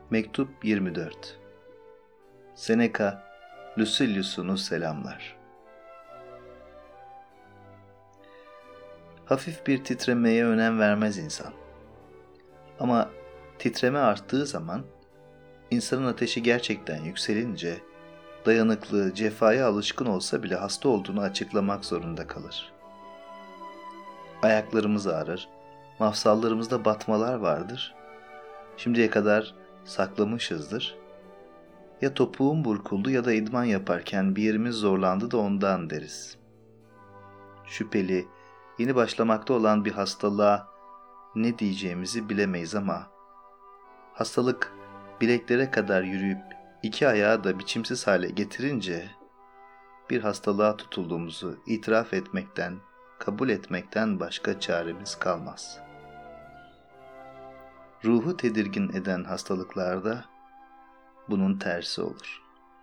Mektup 24. Seneca, Lucilius'unu selamlar. Hafif bir titremeye önem vermez insan. Ama titreme arttığı zaman, insanın ateşi gerçekten yükselince, dayanıklı, cefaya alışkın olsa bile hasta olduğunu açıklamak zorunda kalır. Ayaklarımız ağrır, mafsallarımızda batmalar vardır. Şimdiye kadar saklamışızdır. Ya topuğum burkuldu ya da idman yaparken bir yerimiz zorlandı da ondan deriz. Şüpheli, yeni başlamakta olan bir hastalığa ne diyeceğimizi bilemeyiz ama hastalık bileklere kadar yürüyüp iki ayağı da biçimsiz hale getirince bir hastalığa tutulduğumuzu itiraf etmekten, kabul etmekten başka çaremiz kalmaz. Ruhu tedirgin eden hastalıklarda bunun tersi olur.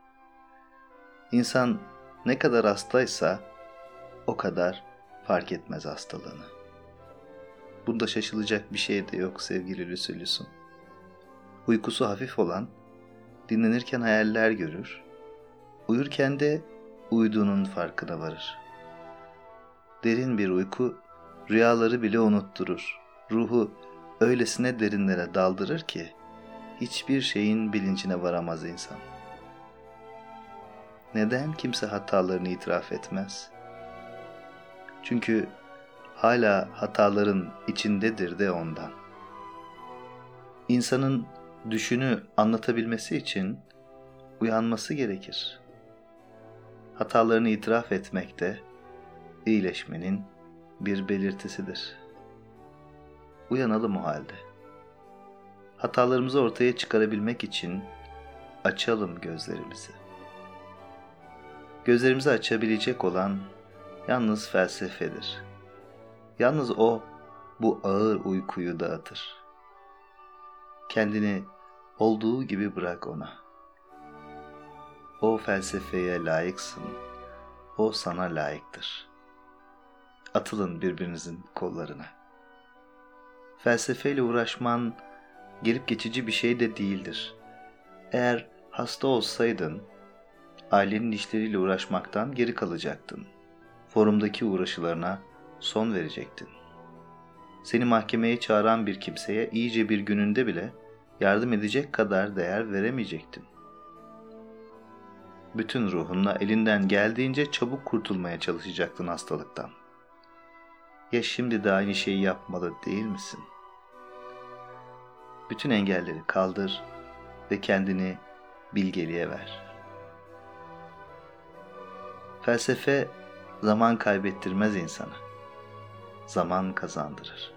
İnsan ne kadar hastaysa o kadar fark etmez hastalığını. Bunda şaşılacak bir şey de yok sevgili Lucilius'un. Uykusu hafif olan, dinlenirken hayaller görür, uyurken de uyuduğunun farkına varır. Derin bir uyku rüyaları bile unutturur. Ruhu öylesine derinlere daldırır ki hiçbir şeyin bilincine varamaz insan. Neden kimse hatalarını itiraf etmez? Çünkü hala hataların içindedir de ondan. İnsanın düşünü anlatabilmesi için uyanması gerekir. Hatalarını itiraf etmek de iyileşmenin bir belirtisidir. Uyanalım o halde. Hatalarımızı ortaya çıkarabilmek için açalım gözlerimizi. Gözlerimizi açabilecek olan yalnız felsefedir. Yalnız o bu ağır uykuyu dağıtır. Kendini olduğu gibi bırak ona. O felsefeye layıksın. O sana layıktır. Atılın birbirinizin kollarına. Felsefeyle uğraşman gelip geçici bir şey de değildir. Eğer hasta olsaydın, ailenin işleriyle uğraşmaktan geri kalacaktın. Forumdaki uğraşılarına son verecektin. Seni mahkemeye çağıran bir kimseye iyice bir gününde bile yardım edecek kadar değer veremeyecektin. Bütün ruhunla elinden geldiğince çabuk kurtulmaya çalışacaktın hastalıktan. Ya şimdi de aynı şeyi yapmalı değil misin? Bütün engelleri kaldır ve kendini bilgeliğe ver. Felsefe zaman kaybettirmez insana. Zaman kazandırır.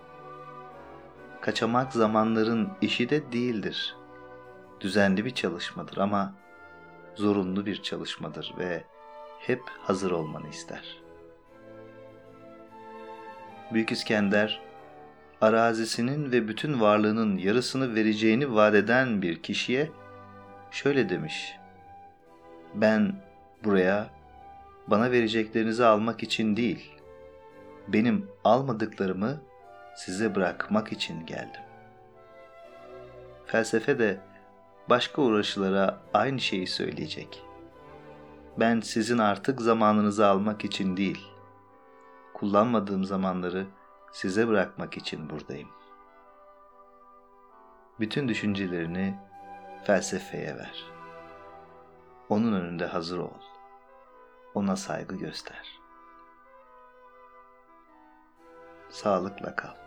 Kaçamak zamanların işi de değildir. Düzenli bir çalışmadır ama zorunlu bir çalışmadır ve hep hazır olmanı ister. Büyük İskender, arazisinin ve bütün varlığının yarısını vereceğini vaat eden bir kişiye şöyle demiş: "Ben buraya bana vereceklerinizi almak için değil, benim almadıklarımı size bırakmak için geldim." Felsefe de başka uğraşılara aynı şeyi söyleyecek. Ben sizin artık zamanınızı almak için değil, kullanmadığım zamanları size bırakmak için buradayım. Bütün düşüncelerini felsefeye ver. Onun önünde hazır ol. Ona saygı göster. Sağlıkla kal.